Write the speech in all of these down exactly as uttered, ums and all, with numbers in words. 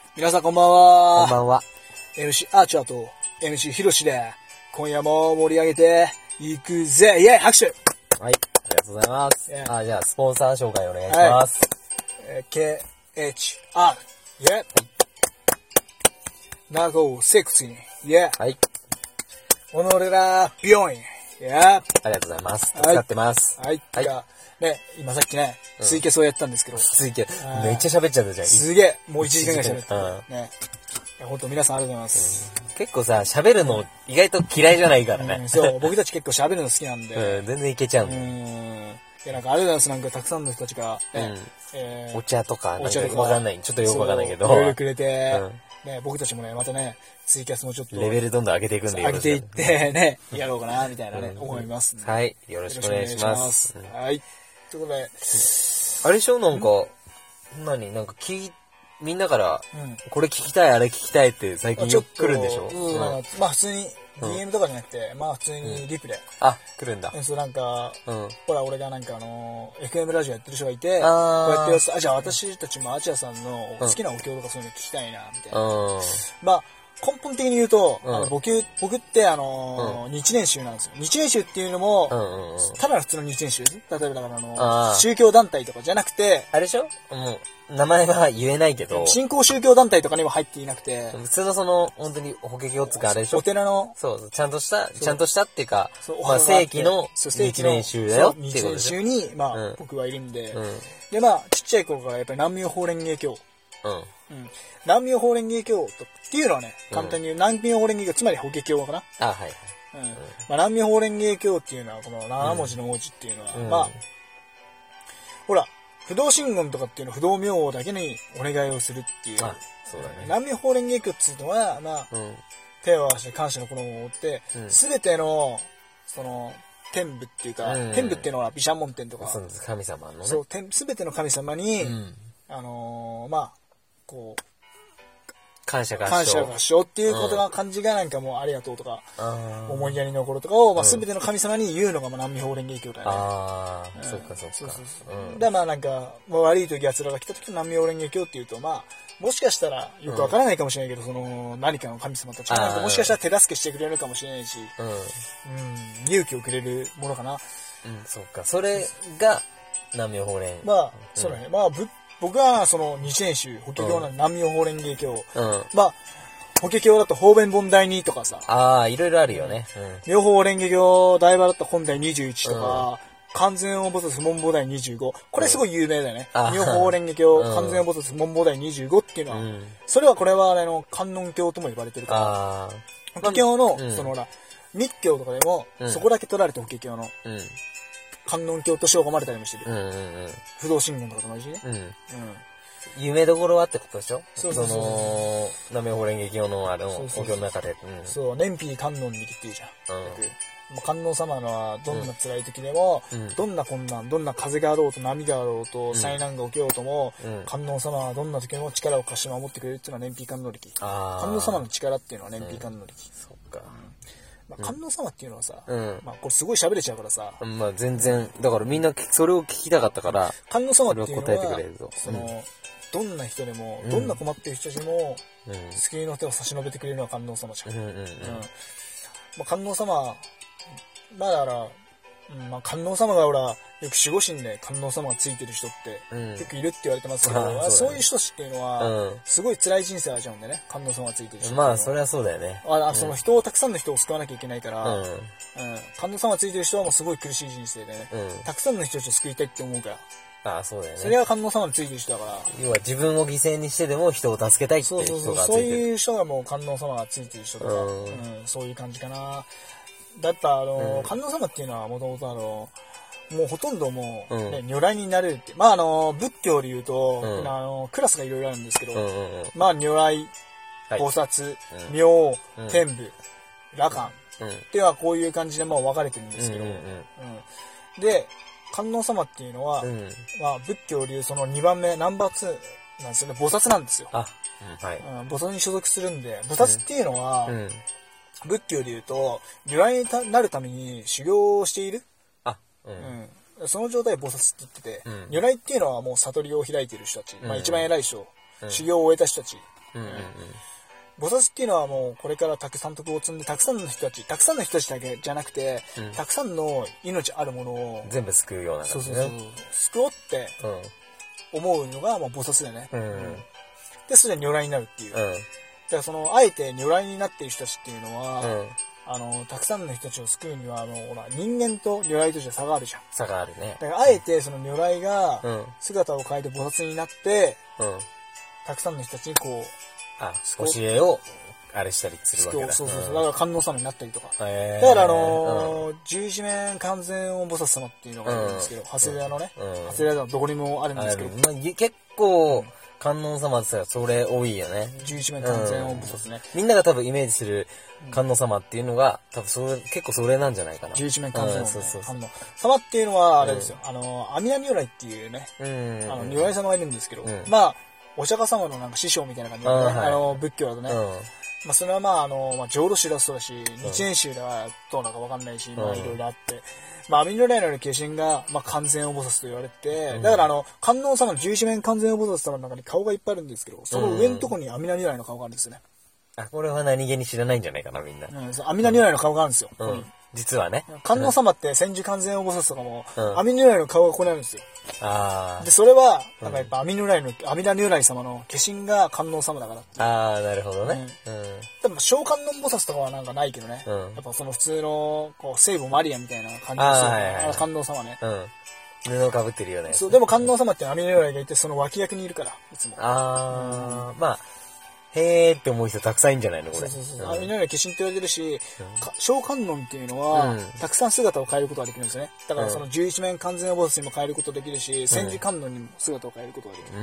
皆さんこんばんは。 こんばんは。 エムシー アーチャーと エムシー ヒロシで今夜も盛り上げていくぜ。イェイ拍手。 はい、ありがとうございます。あ、じゃあスポンサー紹介お願いします。 はい、ケーエイチアール イェイ。名護セクシーイェイ。 はい。 オノレラ病院イェイ。ありがとうございます。使ってます。 はい。はい。はい、ね、今さっきね、ツイキャスをやったんですけど。うん、 ツイキャス。めっちゃ喋っちゃったじゃん。 すげえ。もういちじかんぐらい喋った。うん、ね。本当皆さんありがとうございます。 うん、結構さ、喋るの意外と嫌いじゃないからね。 うん、そう、僕たち結構喋るの好きなんで。 うん、全然いけちゃうんだよ。 うん。いや、なんかありがとうございます。なんかたくさんの人たちが、ね、うんえー、お茶とか、 お茶とかわかんない。ちょっとよくわかんないけど。 いろいろくれて、うん、ね、僕たちもね、またね、ツイキャスもちょっと。 レベルどんどん上げていくんでよろしく。上げていってね、やろうかな、みたいなね、思います、 ね。はい。よろしくお願いします。 はい。ということで、 あれでしょなんか、何なんか聞い、みんなから、これ聞きたい、あれ聞きたいって最近よく来るんでしょうん、まあ普通に ディーエム とかじゃなくて、まあ普通にリプで。 あ、来るんだ。 そうなんか、ほら俺がなんかあの、エフエム ラジオやってる人がいて、こうやって、あ、じゃあ私たちもアチャさんの好きなお経とかそういうの聞きたいな、みたいな。まあ、根本的に言うと、うん、あの僕、僕って、あのーうん、日蓮宗なんですよ。日蓮宗っていうのも、うんうんうん、ただの普通の日蓮宗です。例えば、だからあのー、宗教団体とかじゃなくて、 あれでしょもう、名前は言えないけど、 新興宗教団体とかにも入っていなくて、 普通のその、本当に法華経つかあれでしょお寺の、 そう、ちゃんとした、ちゃんとしたっていうか、まあ、正規の日蓮宗だよっていう日蓮宗に、まあ、うん、僕はいるんで、うん、で、まあ、ちっちゃい頃からやっぱり南無妙法蓮華経、うん。うん。南無妙法蓮華経っていうのはね、簡単に言う、うん、南無妙法蓮華経、つまり法華経かな。 あ、はいはい。 うん。まあ、南無妙法蓮華経っていうのは、このなな文字の文字っていうのは、うん、まあ、ほら、不動真言とかっていうのは不動明王だけにお願いをするっていう。 あ、そうだね。 南無妙法蓮華経っていうのは、まあ、うん、手を合わせて感謝の心を持って、す、べ、ての、その、天部っていうか、うん、天部っていうのは毘沙門天とか、 そうです、神様のね。 そう、すべての神様に、うんあのー、まあ、こう、 感謝合唱。 感謝合唱っていうことが漢字がなんかもうありがとうとか、思いやりの心とかを、まあ、全ての神様に言うのが、まあ、南無妙法蓮華経だよね。 ああ、そっかそっか。そうそうそう。で、まあなんか、まあ、悪い時奴らが来た時南無妙法蓮華経っていうと、まあ、もしかしたら、よくわからないかもしれないけど、その、何かの神様たちが、もしかしたら手助けしてくれるかもしれないし、うん、勇気をくれるものかな。 うん、そっか。それが、南無妙法蓮。 まあ、そうだね。まあ、ぶ僕は、その、日蓮宗、法華経なんで、南無妙法蓮華経。うん。まあ、法華経だと方便本題にとかさ。 ああ、いろいろあるよね。 うん。妙法蓮華経、大場だった本題にじゅういちとか、完全応菩薩門菩提にじゅうご。これすごい有名だよね。妙法蓮華経、完全応菩薩門菩提にじゅうごっていうのは、それはこれは、あの、観音経とも呼ばれてるから。法華経の、そのほら、密教とかでも、そこだけ取られた法華経の、観音経として拝まれたりもしてる。うんうんうん。不動真言とかと同じね。うん。うん。 有名どころはってことでしょそうそうそう。その、南無妙法蓮華経のあの、お経の中で。 そう、燃費観音力っていうじゃん。うん。もう観音様のどんな辛い時でも、うん、どんな困難、どんな風があろうと波があろうと、災難が起きようとも、うん、観音様はどんな時でも力を貸し守ってくれるっていうのは燃費観音力。観音様の力っていうのは燃費観音力。 そっか。 まあ、観音様っていうのはさ、うん、まあこれすごい喋れちゃうからさ、 まあ全然だからみんなそれを聞きたかったから観音様っていうのは答えてくれるとその、うん、どんな人でも、うん、どんな困ってる人たちも、うん、救いの手を差し伸べてくれるのは観音様じゃん。うんうんうんうん、まあ、観音様まあだから、うんまあ、観音様がほらよく守護神で観音様がついてる人って、うん、結構いるって言われてますけど、そう、そういう人たちっていうのは、うん、すごい辛い人生を味わうんだよね、観音様がついてる人。 まあそれはそうだよね。 あ、その人をたくさんの人を救わなきゃいけないから、うんうん、観音様がついてる人はもうすごい苦しい人生でね、うん、たくさんの人たちを救いたいって思うから。 ああ、そうだよね。 それは観音様についてる人だから。 要は自分を犠牲にしてでも人を助けたいっていう人がついてる。そうそうそう、 そういう人がもう観音様がついてる人とか、うんうん、そういう感じかな。だったあの、うん、観音様っていうのはもともとあの、もうほとんどもう、ね、うん、如来になれるって。まああの、仏教で言うと、うん、あの、クラスがいろいろあるんですけど、うんうんうん、まあ如来、菩薩、はい、明、うん、天部、羅漢、うん、っていうのはこういう感じでもう分かれてるんですけど、うんうんうんうん、で、観音様っていうのは、うん、まあ仏教でいうそのにばんめ、ナンバーツーなんですよね、菩薩なんですよ。あ、うんはいうん、菩薩に所属するんで、菩薩っていうのは、うんうん仏教で言うと、如来になるために修行をしている。あ、うん。うん、その状態を菩薩って言ってて、うん、如来っていうのはもう悟りを開いている人たち。うん、まあ一番偉い人、うん、修行を終えた人たち。 うんうんうん、 菩薩っていうのはもうこれからたくさん徳を積んでたくさんの人たちたくさんの人たちだけじゃなくて、うん、たくさんの命あるものを全部救うような感じね。 そうそうそう救おうって思うのがまあ菩薩だよね、うんうん、でそれで如来になるっていう、うん、だからそのあえて如来になっている人たちっていうのは、うんあの、たくさんの人たちを救うには、あの、ほら、人間と如来とじゃ差があるじゃん。 差があるね。 だから、あえて、その如来が、姿を変えて菩薩になって、うん、たくさんの人たちにこう、 あ、教えを、あれしたりするわけだ。 そうそうそう。だから観音様になったりとか。だから、あのー、十一面観世音菩薩様っていうのがいるんですけど、長谷寺のね、長谷寺のどこにもあるんですけど。 まあ、結構、観音様ってさ、それ多いよね。 十一面観世音菩薩ね、 うん。みんなが多分イメージする観音様っていうのが、多分それ、結構それなんじゃないかな。 十一面観世音、ね、うん、そうそうそう観音様っていうのは、あれですよ。うん、あの、阿弥陀如来っていうね、うん、あの、如来様がいるんですけど、うん、まあ、お釈迦様のなんか師匠みたいな感じで、ね、あ,、はい、あの、仏教だとね。うんまあ、それはまあ、あの、まあ、浄土宗だそうだし、日蓮宗ではどうなのかわかんないし、うん、まあ、いろいろあって、まあ、阿弥陀如来の化身が、まあ、観世音菩薩と言われて、うん、だからあの、観音様の十一面観世音菩薩様の中に顔がいっぱいあるんですけど、その上のところに阿弥陀如来の顔があるんですよね。 あ、これは何気に知らないんじゃないかな、みんな。 うん、そう阿弥陀如来の顔があるんですよ。 うん、実はね。 観音様って千手観世音菩薩とかも、うん、阿弥陀如来の顔がここにあるんですよ。 あで、それは、なんかやっぱ阿弥陀如来の、阿弥陀如来様の化身が観音様だから。 ああ、なるほどね。 うん。うん、でも、小観音菩薩とかはなんかないけどね。うん、やっぱその普通の、こう、聖母マリアみたいな感じですよ。はいはい、観音様ね。 うん。布をかぶってるよね。 そう、でも観音様って阿弥陀如来がいて、その脇役にいるから、いつも。 ああ、うん、まあ、へーって思う人たくさんいるんじゃないのこれ。 そうそうそう。阿弥陀如来化身って言われてるし、小観音っていうのは、たくさん姿を変えることができるんですよね。だからその十一面観世音菩薩にも変えることができるし、千手観音にも姿を変えることができる。うん。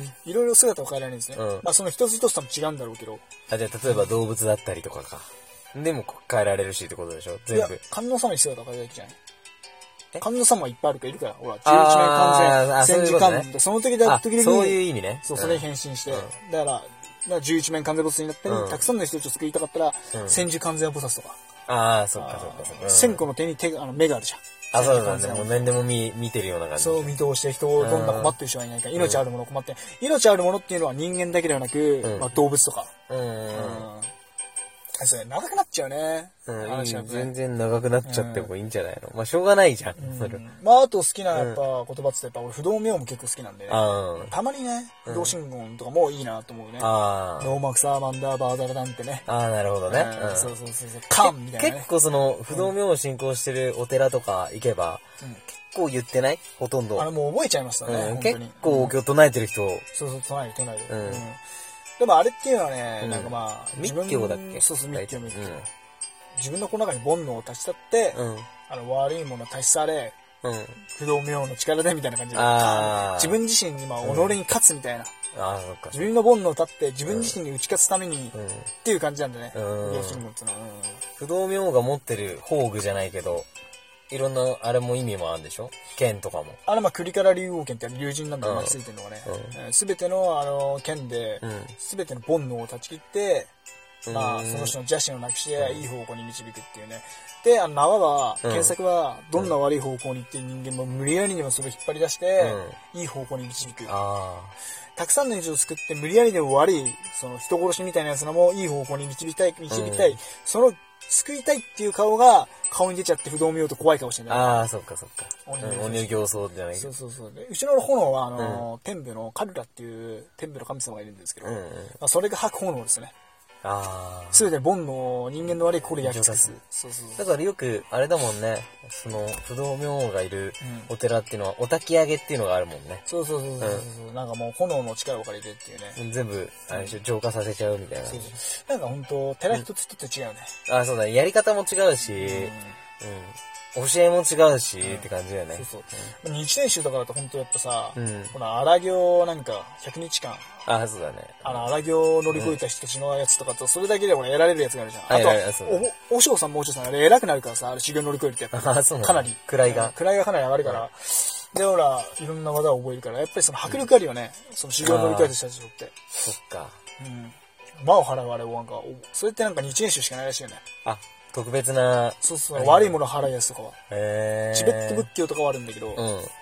いろいろ姿を変えられるんですね。うん、まあその一つ一つとも違うんだろうけど。 あ、じゃあ例えば動物だったりとかか。でも変えられるしってことでしょ全部。いや、 観音様に姿を変えるだけじゃない。観音様はいっぱいあるからいるから。ほら、十一面観世音、千手観音って、その時だ、時々に。 そういう意味ね。 そう、それに変身して。だから、十一面観世菩薩になったり、うん、たくさんの人たちを救いたかったら、うん、千手観世菩薩とか。 ああ、そっかそっかそっか。 千個の手に手が、あの、目があるじゃん。 あ、そうなんだね。もう何でも見、見てるような感じ。 そう、見通して人をどんな困ってる人がいないか、命あるもの困って、命あるものっていうのは人間だけではなく、うん、まあ動物とか。うん。うんそれ長くなっちゃうね。 うん、いい全然長くなっちゃってもいいんじゃないの、うん、まあしょうがないじゃん。うん、それまああと好きなやっぱ言葉って言ったらやっぱ俺不動明王も結構好きなんで、ね、たまにね、不動真言とかもいいなと思うね。ノーマクサーマンダーバーダラダンってね。 ああ、なるほどね。 うん、そうそうそうそう。カンみたいな、ね。 結構その不動明王を信仰してるお寺とか行けば、うん、結構言ってないほとんど。 あれもう覚えちゃいましたね。うん、 結構今日唱えてる人。 そうそう、唱える唱える。うんでもあれっていうのはね、うん、なんかまあ、 密教だっけそうそう、密教密教、うん。自分のこの中に煩悩を立ち去って、うん、あの、悪いものを立ち去れ、うん、不動明王の力でみたいな感じで、自分自身に、まあ、己に勝つみたいな。うん、あそっか自分の煩悩を立って自分自身に打ち勝つために、うん、っていう感じなんだね。不動真言ってのは。 不動明王が持ってる宝具じゃないけど、いろんな、あれも意味もあるんでしょ剣とかも。 あれ、ま、栗から竜王剣って竜神なんだろうな、ついてるのがね。すべ、うん、ての、あの、剣で、すべ、うん、ての煩悩を断ち切って、うん、まあ、その人の邪心をなくして、いい方向に導くっていうね。で、あの、縄は、検索は、どんな悪い方向に行ってる人間も無理やりにもそれを引っ張り出して、うん、いい方向に導く。あたくさんの命を救って、無理やりでも悪い、その人殺しみたいなやつらも、いい方向に導きたい、導きたい。うん、その、救いたいっていう顔が顔に出ちゃって不動明王と怖い顔してるんだよ。 ああ、そっかそっか。鬼形相じゃないけど。そうそうそう。でうちの炎は、あの、うん、天部のカルラっていう天部の神様がいるんですけど、うんうんまあ、それが吐く炎ですね。ああ。すべて煩悩、人間の悪い心で焼き尽くす。そうそうそう。 だからよく、あれだもんね、その、不動明王がいるお寺っていうのは、お焚き上げっていうのがあるもんね。 そうそうそうそうそう、うん。なんかもう炎の力を借りてっていうね。全部、あれでしょ、浄化させちゃうみたいな。 そうそう。なんかほんと、寺一つ一つ違うね。 うん、ああ、そうだね。やり方も違うし、うん。うん教えも違うし、うん、って感じだよね。そうそう。うん、日蓮宗とかだと本当やっぱさ、うん、この荒行なんかひゃくにちかん。 あ、そうだね。 あの荒行を乗り越えた人たちのやつとかと、それだけでも得られるやつがあるじゃん。あとは、お、おしょうさんもうちょいさん、あれ偉くなるからさ、あれ修行乗り越えるってやつ。 あ、そうなかなり。 位が。 位がかなり上がるから。うん、で、ほら、いろんな技を覚えるから、やっぱりその迫力あるよね。うん、その修行乗り越えた人たちにとって。 そっか。 うん。魔を払うあれをなんか、それってなんか日蓮宗しかないらしいよね。 あ、特別な。 そうそう、悪いもの払うやつとかは。へチベット仏教とかはあるんだけど、うん、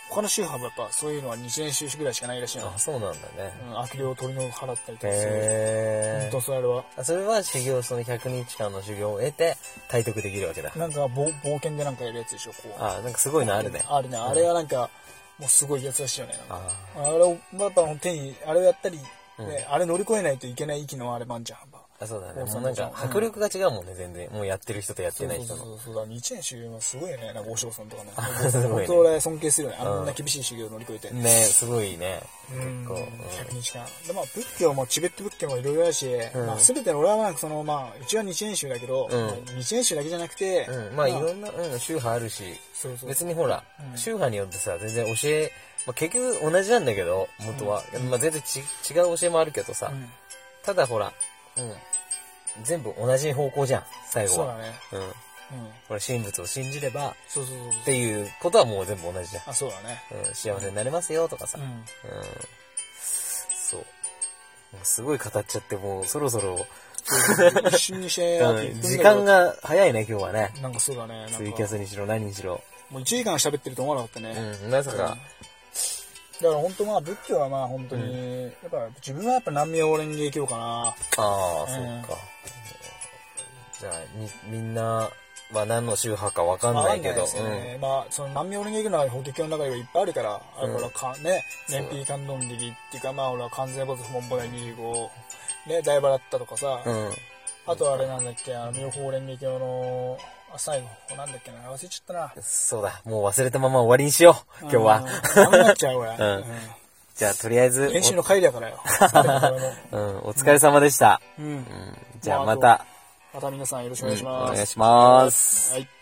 他の宗派もやっぱそういうのは日蓮宗ぐらいしかないらしいの。 あ、そうなんだね。 うん、悪霊を取り除払ったりとかする。 へー。 ほんとそれは。 それは修行、そのひゃくにちかんの修行を得て、体得できるわけだ。 なんか冒険でなんかやるやつでしょ、こう。 あ、なんかすごいのあるね。 あるね。あれはなんか、もうすごいやつらしいよね。 ああれを、やっぱ手に、あれをやったり、ね、あれ乗り越えないといけない息のあれもあんじゃん。 あ、そうだね。もうなんか迫力が違うもんね、全然。もうやってる人とやってない人の。 そうそうそうそう。日蓮宗はすごいよね。なんか大城さんとかね。 すごいね。 本当俺尊敬するよね。あんな厳しい修行を乗り越えて。 ね、すごいね。 結構。ひゃくにちかん。で、まあ仏教もチベット仏教もいろいろあるし、まあ全ての俺はなんかその、まあうちは日蓮宗だけど、日蓮宗だけじゃなくて、 まあいろんな宗派あるし、別にほら、宗派によってさ、全然教え、まあ、結局同じなんだけど、元は。うん、まあ、全然ち違う教えもあるけどさ。うん、ただほら、うん。全部同じ方向じゃん、最後は。 そうだね。 うん。うん。これ神仏を信じれば、 そうそうそう。 っていうことはもう全部同じじゃん。 あ、そうだね。 うん。幸せになれますよとかさ。うん。うん、そう。すごい語っちゃって、もうそろそろ。 一瞬にして、 うん、時間が早いね、今日はね。 なんかそうだね。 ツイキャスにしろ、何にしろ。 もういちじかん喋ってると思わなかったね。 うん、まさか。 だから本当まあ仏教はまあ本当に、うん、やっぱ自分はやっぱ南無妙蓮華経かな。 ああ、うん、そうか。じゃあみ、みんなは何の宗派かわかんないけど。 まあ、ねうん、まあその南無妙蓮華経の法華経の中にはいっぱいあるから、あれからか、うん、ね、燃費観音力っていうかまあ俺は完全菩薩門母大にじゅうご、ね、大払ったとかさ、うん、あとあれなんだっけ、あの妙法蓮華経の、あ、最後、なんだっけな、忘れちゃったな。 そうだ、もう忘れたまま終わりにしよう、今日は。 ダメになっちゃう、これ。 うん。じゃあ、とりあえず。 練習の帰りだからよ。 うん、お疲れ様でした。うん。じゃあ、また。 また皆さんよろしくお願いします。 お願いします。 はい。